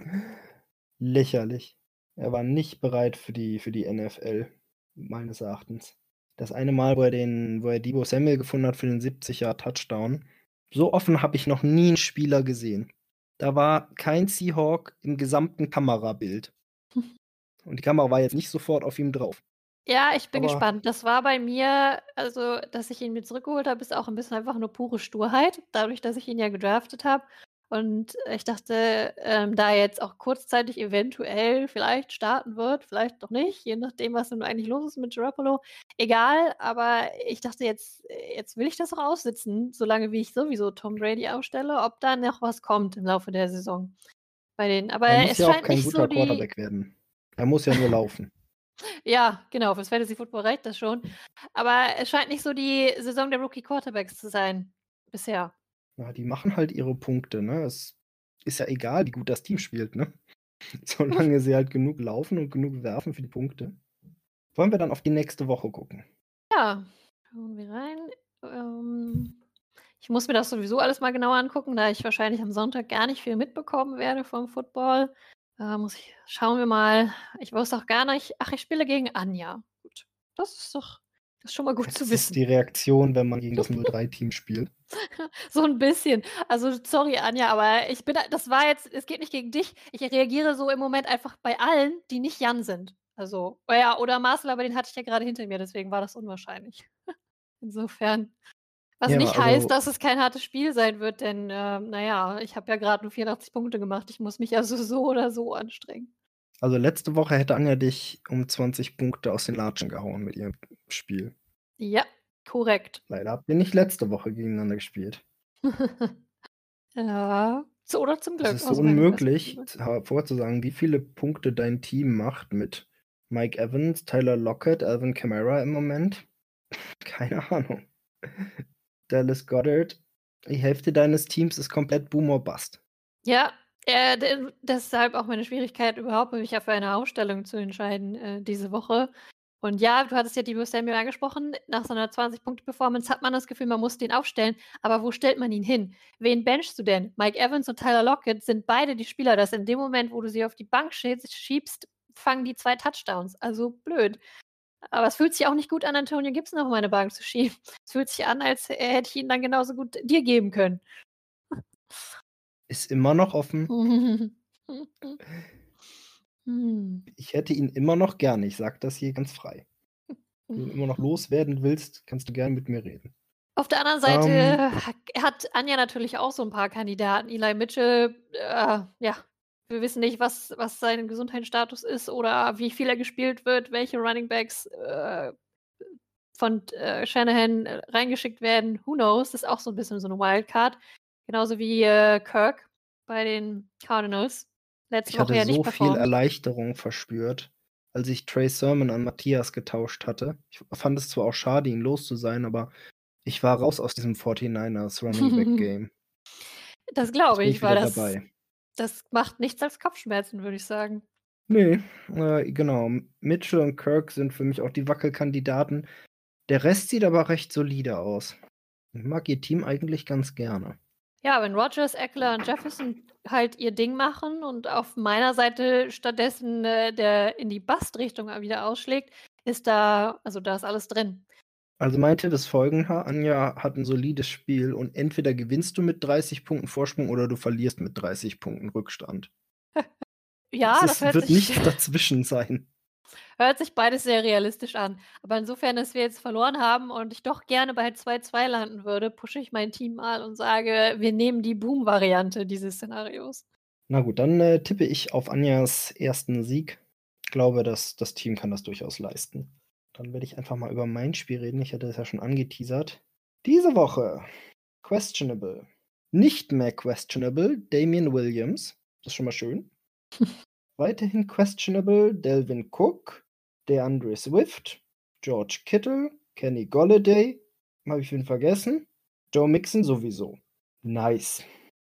lächerlich. Er war nicht bereit für die für die N F L, meines Erachtens. Das eine Mal, wo er den wo er Deebo Samuel gefunden hat für den siebzig Yard Touchdown, so offen habe ich noch nie 'n Spieler gesehen. Da war kein Seahawk im gesamten Kamerabild. Und die Kamera war jetzt nicht sofort auf ihm drauf. Ja, ich bin Aber gespannt. Das war bei mir also, dass ich ihn mir zurückgeholt habe, ist auch 'n bisschen einfach nur pure Sturheit, dadurch, dass ich ihn ja gedraftet habe. Und ich dachte, ähm, da er jetzt auch kurzzeitig eventuell vielleicht starten wird, vielleicht doch nicht, je nachdem, was nun eigentlich los ist mit Garoppolo. Egal, aber ich dachte jetzt jetzt will ich das auch aussitzen, solange wie ich sowieso Tom Brady aufstelle, ob da noch was kommt im Laufe der Saison bei denen. Aber Er muss es ja auch scheint kein nicht so guter die Quarterback werden. Er muss ja nur laufen. Ja, genau, fürs Fantasy Football reicht das schon. Aber es scheint nicht so die Saison der Rookie Quarterbacks zu sein bisher. Ja, die machen halt ihre Punkte, ne? Es ist ja egal, wie gut das Team spielt, ne? Solange sie halt genug laufen und genug werfen für die Punkte. Wollen wir dann auf die nächste Woche gucken? Ja, schauen wir rein. Ähm, ich muss mir das sowieso alles mal genauer angucken, da ich wahrscheinlich am Sonntag gar nicht viel mitbekommen werde vom Football. Äh, muss ich schauen wir mal. Ich wusste auch gar nicht ach, ich spiele gegen Anja. Gut, das ist doch das ist schon mal Ja, gut zu das ist die wissen. Reaktion, wenn man gegen das null drei Team spielt. So 'n bisschen. Also, sorry, Anja, aber ich bin da das war jetzt es geht nicht gegen dich. Ich reagiere so im Moment einfach bei allen, die nicht Jan sind. Also oh ja, oder Marcel, aber den hatte ich ja grade hinter mir, deswegen war das unwahrscheinlich. Insofern was Ja, nicht heißt, also dass es kein hartes Spiel sein wird, denn, ähm, na ja, ich habe ja grad nur vierundachtzig Punkte gemacht. Ich muss mich also so oder so anstrengen. Also, letzte Woche hätte Anja dich um zwanzig Punkte aus den Latschen gehauen mit ihrem Spiel. Ja, korrekt. Leider habt ihr nicht letzte Woche gegeneinander gespielt. Ja, zu oder zum Es Glück ist so aus meiner unmöglich, Perspektive. ha vorzusagen, wie viele Punkte dein Team macht mit Mike Evans, Tyler Lockett, Alvin Kamara im Moment. Keine Ahnung. Dallas Goedert. Die Hälfte deines Teams ist komplett Boom or Bust. Ja, äh, de deshalb auch meine Schwierigkeit überhaupt, mich ja für eine Aufstellung zu entscheiden, äh, diese Woche. Und ja, du hattest ja Deebo Samuel angesprochen. Nach so 'ner zwanzig Punkte Performance hat man das Gefühl, man muss den aufstellen. Aber wo stellt man ihn hin? Wen benchst du denn? Mike Evans und Tyler Lockett sind beide die Spieler, dass in dem Moment, wo du sie auf die Bank schälst schiebst, fangen die zwei Touchdowns. Also, blöd. Aber es fühlt sich auch nicht gut an, Antonio Gibson auf meine Bank zu schieben. Es fühlt sich an, als, äh, hätte ich ihn dann genauso gut dir geben können. Ist immer noch offen. Hm. Ich hätte ihn immer noch gerne, ich sage das hier ganz frei. Wenn du immer noch loswerden willst, kannst du gerne mit mir reden. Auf der anderen Seite Ähm, hat Anja natürlich auch so ein paar Kandidaten. Eli Mitchell, äh, ja, wir wissen nicht, was was sein Gesundheitsstatus ist oder wie viel er gespielt wird, welche Running Backs, äh, von, äh, Shanahan, äh, reingeschickt werden. Who knows? Das ist auch so ein bisschen so eine Wildcard. Genauso wie, äh, Kirk bei den Cardinals. Letzte Ich Woche hatte ja nicht so viel performt. Erleichterung verspürt, als ich Trey Sermon an Matthias getauscht hatte. Ich fand es zwar auch schade, ihn los zu sein, aber ich war raus aus diesem forty-niners Running Back Game. Das Jetzt glaube bin ich, ich weil wieder das dabei. das macht nichts als Kopfschmerzen, würde ich sagen. Ne, äh, genau. Mitchell und Kirk sind für mich auch die Wackelkandidaten. Der Rest sieht aber recht solide aus. Ich mag ihr Team eigentlich ganz gerne. Ja, wenn Rodgers, Eckler und Jefferson halt ihr Ding machen und auf meiner Seite stattdessen, äh, der in die Bust-Richtung wieder ausschlägt, ist da also, da ist alles drin. Also mein Tipp ist folgender: Anja hat 'n solides Spiel und entweder gewinnst du mit dreißig Punkten Vorsprung oder du verlierst mit dreißig Punkten Rückstand. Es Ja, das ist hört wird sich nichts dazwischen sein. hört sich beides sehr realistisch an. Aber insofern, dass wir jetzt verloren haben und ich doch gerne bei zwei zwei landen würde, pushe ich mein Team mal und sage, wir nehmen die Boom-Variante dieses Szenarios. Na gut, dann, äh, tippe ich auf Anjas ersten Sieg. Ich glaube, das das Team kann das durchaus leisten. Dann werde ich einfach mal über mein Spiel reden. Ich hatte das ja schon angeteasert. Diese Woche questionable. Nicht mehr questionable, Damien Williams. Das ist schon mal schön. Weiterhin questionable, Dalvin Cook, DeAndre Swift, George Kittle, Kenny Golladay. Habe ich wen vergessen? Joe Mixon sowieso. Nice.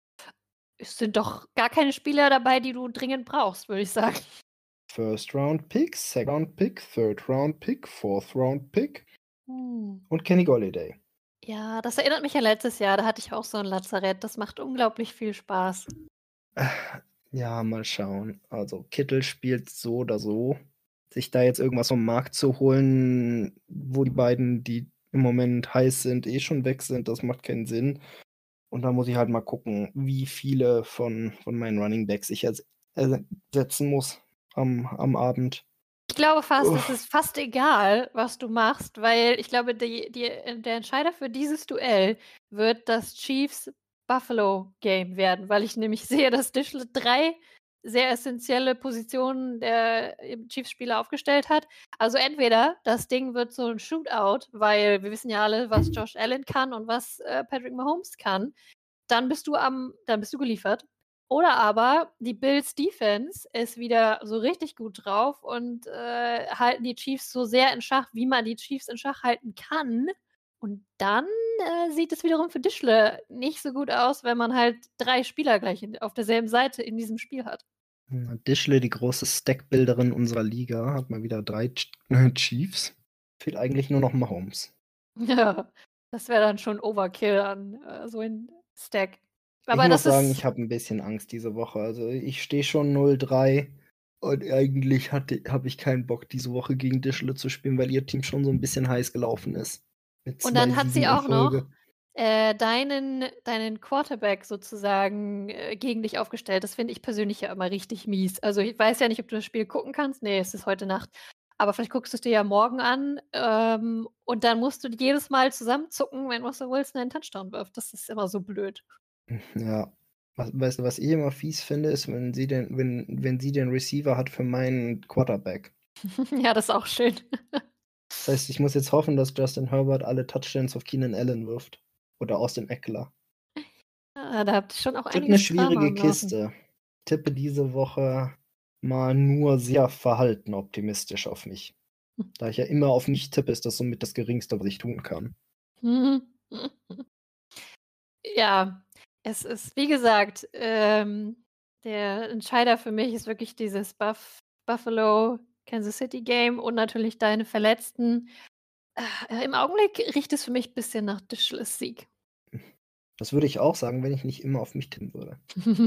Es sind doch gar keine Spieler dabei, die du dringend brauchst, würde ich sagen. First Round Pick, Second Round Pick, Third Round Pick, Fourth Round Pick Hm. und Kenny Golladay. Ja, das erinnert mich an letztes Jahr, da hatte ich auch so 'n Lazarett. Das macht unglaublich viel Spaß. Äh, ja, mal schauen. Also Kittle spielt so oder so. Sich da jetzt irgendwas vom Markt zu holen, wo die beiden, die im Moment heiß sind, eh schon weg sind, das macht keinen Sinn. Und da muss ich halt mal gucken, wie viele von von meinen Running Backs ich jetzt ersetzen muss am am Abend. Ich glaube fast, es Uff. ist fast egal, was du machst, weil ich glaube, die die äh, der Entscheider für dieses Duell wird das Chiefs-Buffalo-Game werden, weil ich nämlich sehe, dass Dishlet drei sehr essenzielle Positionen der, ähm, Chiefs-Spieler aufgestellt hat. Also entweder das Ding wird so 'n Shootout, weil wir wissen ja alle, was Josh Allen kann und was, äh, Patrick Mahomes kann. Dann bist du am dann bist du geliefert. Oder aber die Bills Defense ist wieder so richtig gut drauf und, äh, halten die Chiefs so sehr in Schach, wie man die Chiefs in Schach halten kann. Und dann, äh, sieht es wiederum für Dischle nicht so gut aus, wenn man halt drei Spieler gleich in auf derselben Seite in diesem Spiel hat. Hm, Dishley, die große Stack-Builderin unserer Liga, hat mal wieder drei Ch Chiefs. Fehlt eigentlich nur noch Mahomes. Ja, das wäre dann schon Overkill an, äh, so 'n Stack. Ich Aber muss das sagen, ist ich habe 'n bisschen Angst diese Woche. Also, ich stehe schon null drei und eigentlich hatte habe ich keinen Bock, diese Woche gegen Dishley zu spielen, weil ihr Team schon so 'n bisschen heiß gelaufen ist mit Und zwei dann hat Siegen sie in auch noch, Folge. äh, deinen deinen Quarterback sozusagen, äh, gegen dich aufgestellt. Das finde ich persönlich ja immer richtig mies. Also, ich weiß ja nicht, ob du das Spiel gucken kannst. Ne, es ist heute Nacht. Aber vielleicht guckst du's dir ja morgen an, ähm, und dann musst du jedes Mal zusammenzucken, wenn Russell Wilson einen Touchdown wirft. Das ist immer so blöd. Hm, ja. Was weißt du, was ich immer fies finde, ist, wenn sie den wenn wenn sie den Receiver hat für meinen Quarterback. Ja, das ist auch schön. Das heißt, ich muss jetzt hoffen, dass Justin Herbert alle Touchdowns auf Keenan Allen wirft oder Austin Eckler. Ah, da habt ihr schon auch Wird 'ne einiges Drama schwierige am Laufen. Kiste. Tippe diese Woche mal nur sehr verhalten optimistisch auf mich. Da ich ja immer auf mich tippe, ist das somit das Geringste, was ich tun kann. Mhm. Ja, es ist wie gesagt, ähm, der Entscheider für mich ist wirklich dieses Buff Buffalo Kansas City Game und natürlich deine Verletzten. Äh, im Augenblick riecht es für mich bisschen nach Dishless Sieg. Das würde ich auch sagen, wenn ich nicht immer auf mich tippen würde.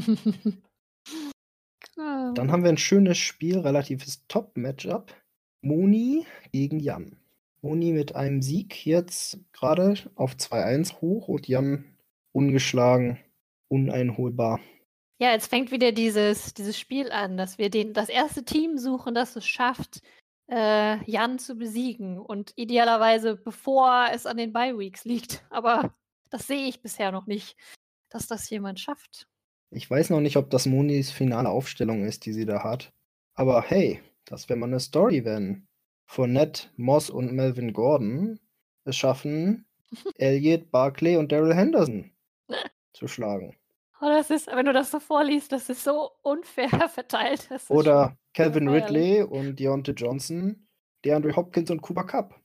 Dann Ah. haben wir 'n schönes Spiel, relatives Top-Matchup. Moni gegen Jan. Moni mit einem Sieg jetzt grade auf zwei eins hoch und Jan ungeschlagen, uneinholbar. Ja, jetzt fängt wieder dieses dieses Spiel an, dass wir den das erste Team suchen, das es schafft, äh, Jan zu besiegen und idealerweise bevor es an den Bye-Weeks liegt. Aber das sehe ich bisher noch nicht, dass das jemand schafft. Ich weiß noch nicht, ob das Monis finale Aufstellung ist, die sie da hat. Aber hey, das wäre mal eine Story, wenn Fournette, Moss und Melvin Gordon es schaffen, Elliott, Barkley und Daryl Henderson zu schlagen. Oh, das ist, wenn du das so vorliest, das ist so unfair verteilt. Das ist schon Oder sehr Calvin feierlich. Ridley und Deontay Johnson, DeAndre Hopkins und Cooper Kupp.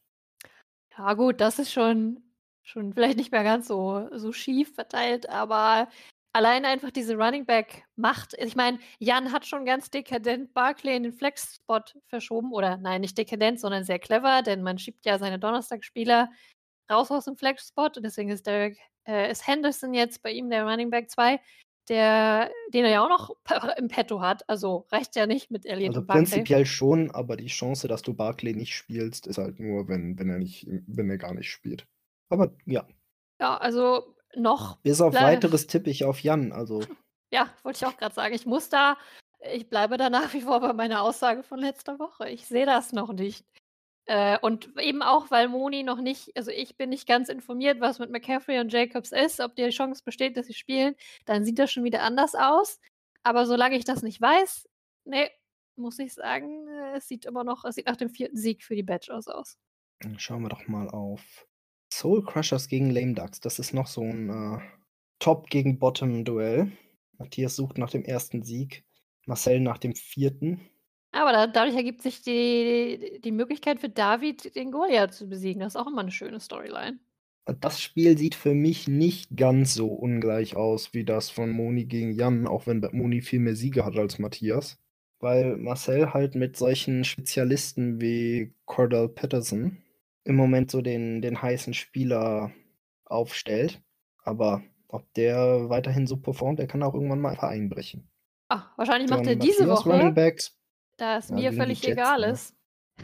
Ja gut, das ist schon schon vielleicht nicht mehr ganz so so schief verteilt, aber allein einfach diese Running-Back-Macht. Ich meine, Jan hat schon ganz dekadent Barkley in den Flex-Spot verschoben oder nein, nicht dekadent, sondern sehr clever, denn man schiebt ja seine Donnerstagsspieler raus aus dem Flex-Spot und deswegen ist Derek äh, ist Henderson jetzt bei ihm der Running Back zwei, der den er ja auch noch p im Petto hat. Also, reicht ja nicht mit Elliott Also und Barkley. prinzipiell schon, aber die Chance, dass du Barkley nicht spielst, ist halt nur, wenn wenn er nicht wenn er gar nicht spielt. Aber ja. Ja, also noch Bis auf blei Weiteres tippe ich auf Jan, also Ja, wollte ich auch grad sagen. Ich muss da ich bleibe da nach wie vor bei meiner Aussage von letzter Woche. Ich sehe das noch nicht. Äh, und eben auch, weil Moni noch nicht also, ich bin nicht ganz informiert, was mit McCaffrey und Jacobs ist, ob die Chance besteht, dass sie spielen, dann sieht das schon wieder anders aus. Aber solange ich das nicht weiß, ne, muss ich sagen, äh, es sieht immer noch es sieht nach dem vierten Sieg für die Badgers aus. Dann schauen wir doch mal auf Soul Crushers gegen Lame Ducks. Das ist noch so 'n, äh, Top gegen Bottom-Duell. Matthias sucht nach dem ersten Sieg, Marcel nach dem vierten. Aber da dadurch ergibt sich die die Möglichkeit für David, den Goliath zu besiegen. Das ist auch immer 'ne schöne Storyline. Äh, das Spiel sieht für mich nicht ganz so ungleich aus wie das von Moni gegen Jan, auch wenn b Moni viel mehr Siege hat als Matthias. Weil Marcel halt mit solchen Spezialisten wie Cordell Patterson im Moment so den den heißen Spieler aufstellt. Aber ob der weiterhin so performt, der kann auch irgendwann mal einfach einbrechen. Ah, wahrscheinlich macht er Dann diese Matthias Running Woche, Backs, da es ja, mir gegen die völlig Jets, egal ne? ist.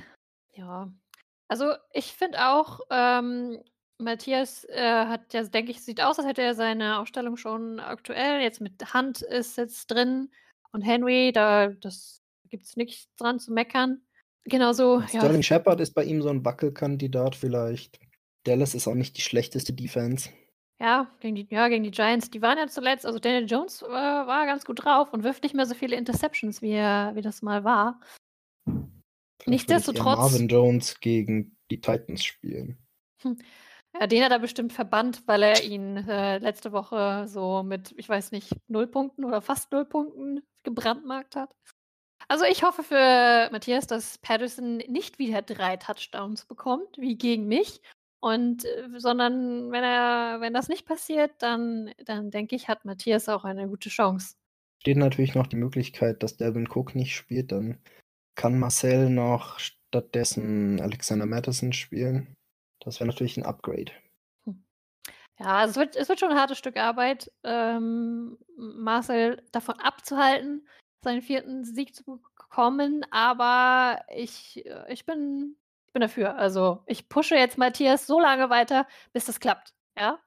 Ja. Also, ich finde auch, ähm, Matthias, äh, hat ja denke ich, sieht aus, als hätte er seine Aufstellung schon aktuell. Jetzt mit Hunt ist jetzt drin und Henry, da das gibt's nichts dran zu meckern. Genauso, ja Sterling Shepard ist bei ihm so 'n Wackelkandidat vielleicht. Dallas ist auch nicht die schlechteste Defense. Ja, gegen die ja, gegen die Giants. Die waren ja zuletzt also, Daniel Jones, äh, war ganz gut drauf und wirft nicht mehr so viele Interceptions, wie er wie das mal war. Vielleicht würde ich eher Nichtsdestotrotz Marvin Jones gegen die Titans spielen. Hm. Ja, den hat er bestimmt verbannt, weil er ihn, äh, letzte Woche so mit, ich weiß nicht, null Punkten oder fast null Punkten gebrandmarkt hat. Also, ich hoffe für Matthias, dass Patterson nicht wieder drei Touchdowns bekommt wie gegen mich und, äh sondern wenn er wenn das nicht passiert, dann dann denke ich, hat Matthias auch eine gute Chance. Steht natürlich noch die Möglichkeit, dass Dalvin Cook nicht spielt, dann kann Marcel noch stattdessen Alexander Mattison spielen. Das wäre natürlich 'n Upgrade. Hm. Ja, es wird es wird schon 'n hartes Stück Arbeit, ähm, M Marcel davon abzuhalten, seinen vierten Sieg zu bekommen, aber ich äh, ich bin ich bin dafür. Also, ich pushe jetzt Matthias so lange weiter, bis das klappt, ja?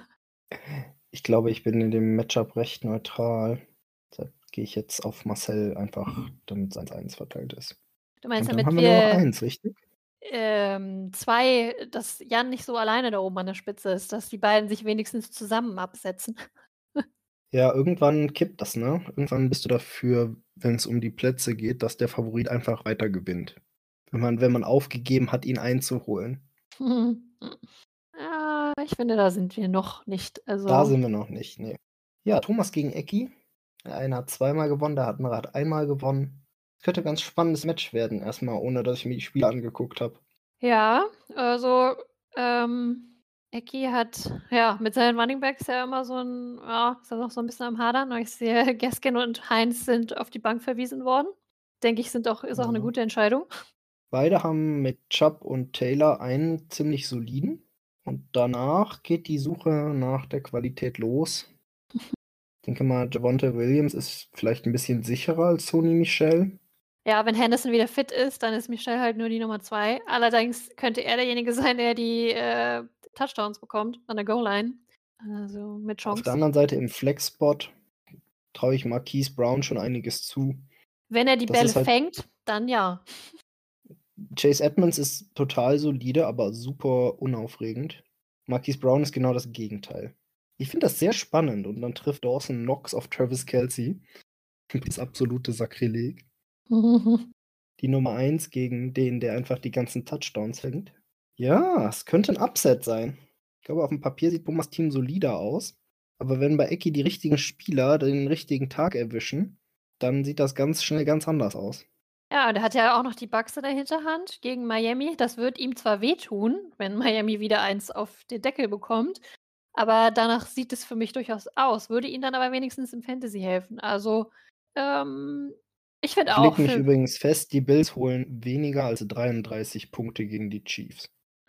Ich glaube, ich bin in dem Matchup recht neutral. Deshalb gehe ich jetzt auf Marcel, einfach damit's eins eins verteilt ist. Du meinst, Und dann damit haben wir nur noch wir eins, richtig? ähm, zwei dass Jan nicht so alleine da oben an der Spitze ist, dass die beiden sich wenigstens zusammen absetzen. Ja, irgendwann kippt das, ne? Irgendwann bist du dafür, wenn's um die Plätze geht, dass der Favorit einfach weiter gewinnt. Wenn man wenn man aufgegeben hat, ihn einzuholen. Ah, ich finde, da sind wir noch nicht. Da Also sind wir noch nicht, ne. Ja, Thomas gegen Ecki. Der eine hat zweimal gewonnen, der andere hat einmal gewonnen. Könnte ganz spannendes Match werden, erst mal, ohne dass ich mir die Spiele angeguckt habe. Ja, also, ähm, Ecki hat, ja, mit seinen Running Backs ja immer so 'n ja, ist er noch so 'n bisschen am Hadern, aber ich sehe, Gaskin und Hines sind auf die Bank verwiesen worden. Denke ich, sind auch ist auch 'ne Ja. gute Entscheidung. Beide haben mit Chubb und Taylor einen ziemlich soliden und danach geht die Suche nach der Qualität los. Ich denke mal, Javonte Williams ist vielleicht 'n bisschen sicherer als Sony Michel. Ja, wenn Henderson wieder fit ist, dann ist Michel halt nur die Nummer zwei. Allerdings könnte er derjenige sein, der die, äh, Touchdowns bekommt an der Goal-Line. Also, mit Auf der Chance. anderen Seite im Flex-Spot traue ich Marquise Brown schon einiges zu. Wenn er die Das Bälle ist halt fängt, dann ja. Chase Edmonds ist total solide, aber super unaufregend. Marquise Brown ist genau das Gegenteil. Ich finde das sehr spannend und dann trifft Dawson Knox auf Travis Kelce. Das absolute Sakrileg. Die Nummer eins gegen den, der einfach die ganzen Touchdowns fängt. Ja, es könnte ein Upset sein. Ich glaube, auf dem Papier sieht Boomers Team solider aus. Aber wenn bei Ecki die richtigen Spieler den richtigen Tag erwischen, dann sieht das ganz schnell ganz anders aus. Ja, der hat ja auch noch die Bucks in der Hinterhand gegen Miami. Das wird ihm zwar wehtun, wenn Miami wieder eins auf den Deckel bekommt, aber danach sieht es für mich durchaus aus. Würde ihm dann aber wenigstens im Fantasy helfen. Also, ähm, ich finde Ich auch lege mich für übrigens fest, die Bills holen weniger als dreiunddreißig Punkte gegen die Chiefs.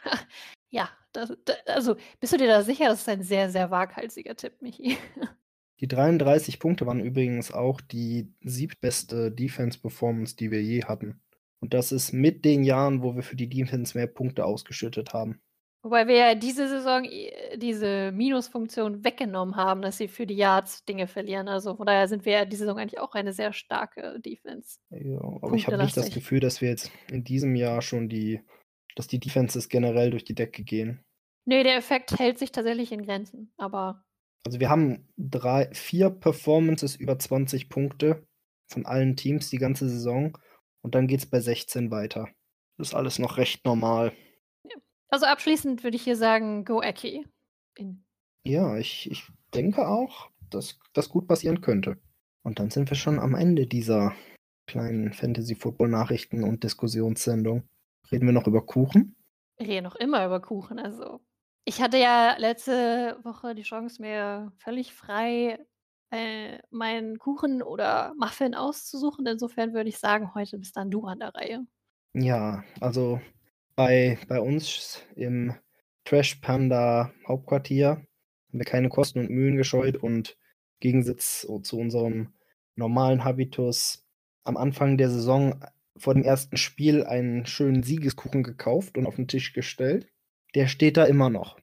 Ja, das da also, bist du dir da sicher? Das ist ein sehr, sehr waghalsiger Tipp, Michi. Die dreiunddreißig Punkte waren übrigens auch die siebtbeste Defense-Performance, die wir je hatten. Und das ist mit den Jahren, wo wir für die Defense mehr Punkte ausgeschüttet haben. Wobei wir ja diese Saison äh, diese Minusfunktion weggenommen haben, dass sie für die Yards Dinge verlieren. Also, von daher sind wir ja diese Saison eigentlich auch eine sehr starke Defense. Ja, aber ich habe nicht das Punktelastig. Gefühl, dass wir jetzt in diesem Jahr schon die dass die Defenses generell durch die Decke gehen. Ne, der Effekt hält sich tatsächlich in Grenzen, aber Also, wir haben drei vier Performances über zwanzig Punkte von allen Teams die ganze Saison und dann geht's bei sechzehn weiter. Das ist alles noch recht normal. Ja. Also, abschließend würde ich hier sagen, go Ecki. In Ja, ich ich denke auch, dass das gut passieren könnte. Und dann sind wir schon am Ende dieser kleinen Fantasy-Football-Nachrichten und Diskussionssendung. Reden wir noch über Kuchen? Wir reden noch immer über Kuchen. Also, ich hatte ja letzte Woche die Chance, mir völlig frei, äh, meinen Kuchen oder Muffin auszusuchen. Insofern würde ich sagen, heute bist dann du an der Reihe. Ja, also bei bei uns im Trash Panda Hauptquartier haben wir keine Kosten und Mühen gescheut und im Gegensatz zu unserem normalen Habitus am Anfang der Saison vor dem ersten Spiel einen schönen Siegeskuchen gekauft und auf 'n Tisch gestellt. Der steht da immer noch.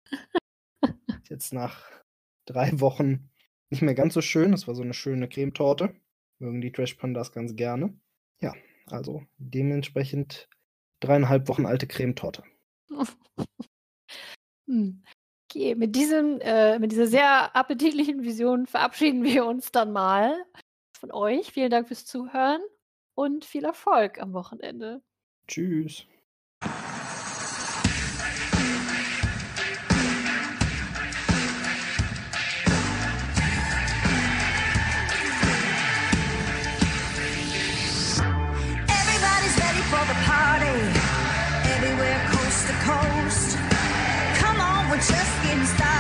Ist jetzt nach drei Wochen nicht mehr ganz so schön. Das war so 'ne schöne Cremetorte. Mögen die Trash Pandas ganz gerne. Ja, also dementsprechend dreieinhalb Wochen alte Cremetorte. Hm. Okay, mit diesem äh, mit dieser sehr appetitlichen Vision verabschieden wir uns dann mal von euch. Vielen Dank fürs Zuhören und viel Erfolg am Wochenende. Tschüss. Everybody's ready for the party. Everywhere coast to coast. Come on, we're just getting started.